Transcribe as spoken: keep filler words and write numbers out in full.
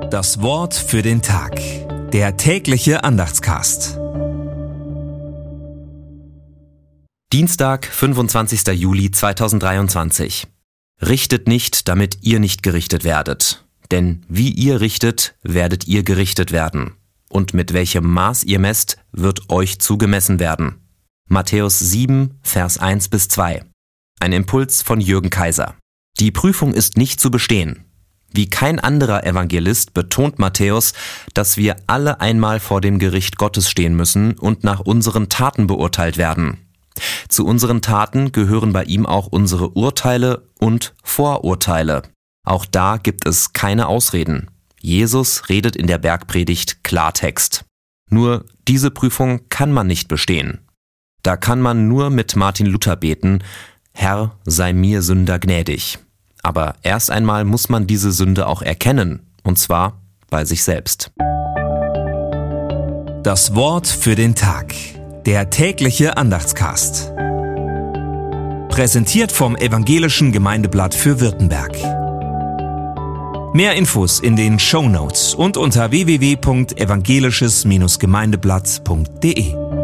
Das Wort für den Tag. Der tägliche Andachtscast. Dienstag, fünfundzwanzigster Juli zweitausenddreiundzwanzig. Richtet nicht, damit ihr nicht gerichtet werdet. Denn wie ihr richtet, werdet ihr gerichtet werden. Und mit welchem Maß ihr messt, wird euch zugemessen werden. Matthäus sieben, Vers eins bis zwei. Ein Impuls von Jürgen Kaiser. Die Prüfung ist nicht zu bestehen. Wie kein anderer Evangelist betont Matthäus, dass wir alle einmal vor dem Gericht Gottes stehen müssen und nach unseren Taten beurteilt werden. Zu unseren Taten gehören bei ihm auch unsere Urteile und Vorurteile. Auch da gibt es keine Ausreden. Jesus redet in der Bergpredigt Klartext. Nur diese Prüfung kann man nicht bestehen. Da kann man nur mit Martin Luther beten: Herr, sei mir Sünder gnädig. Aber erst einmal muss man diese Sünde auch erkennen, und zwar bei sich selbst. Das Wort für den Tag. Der tägliche Andachtscast. Präsentiert vom Evangelischen Gemeindeblatt für Württemberg. Mehr Infos in den Shownotes und unter w w w punkt evangelisches Bindestrich gemeindeblatt punkt de.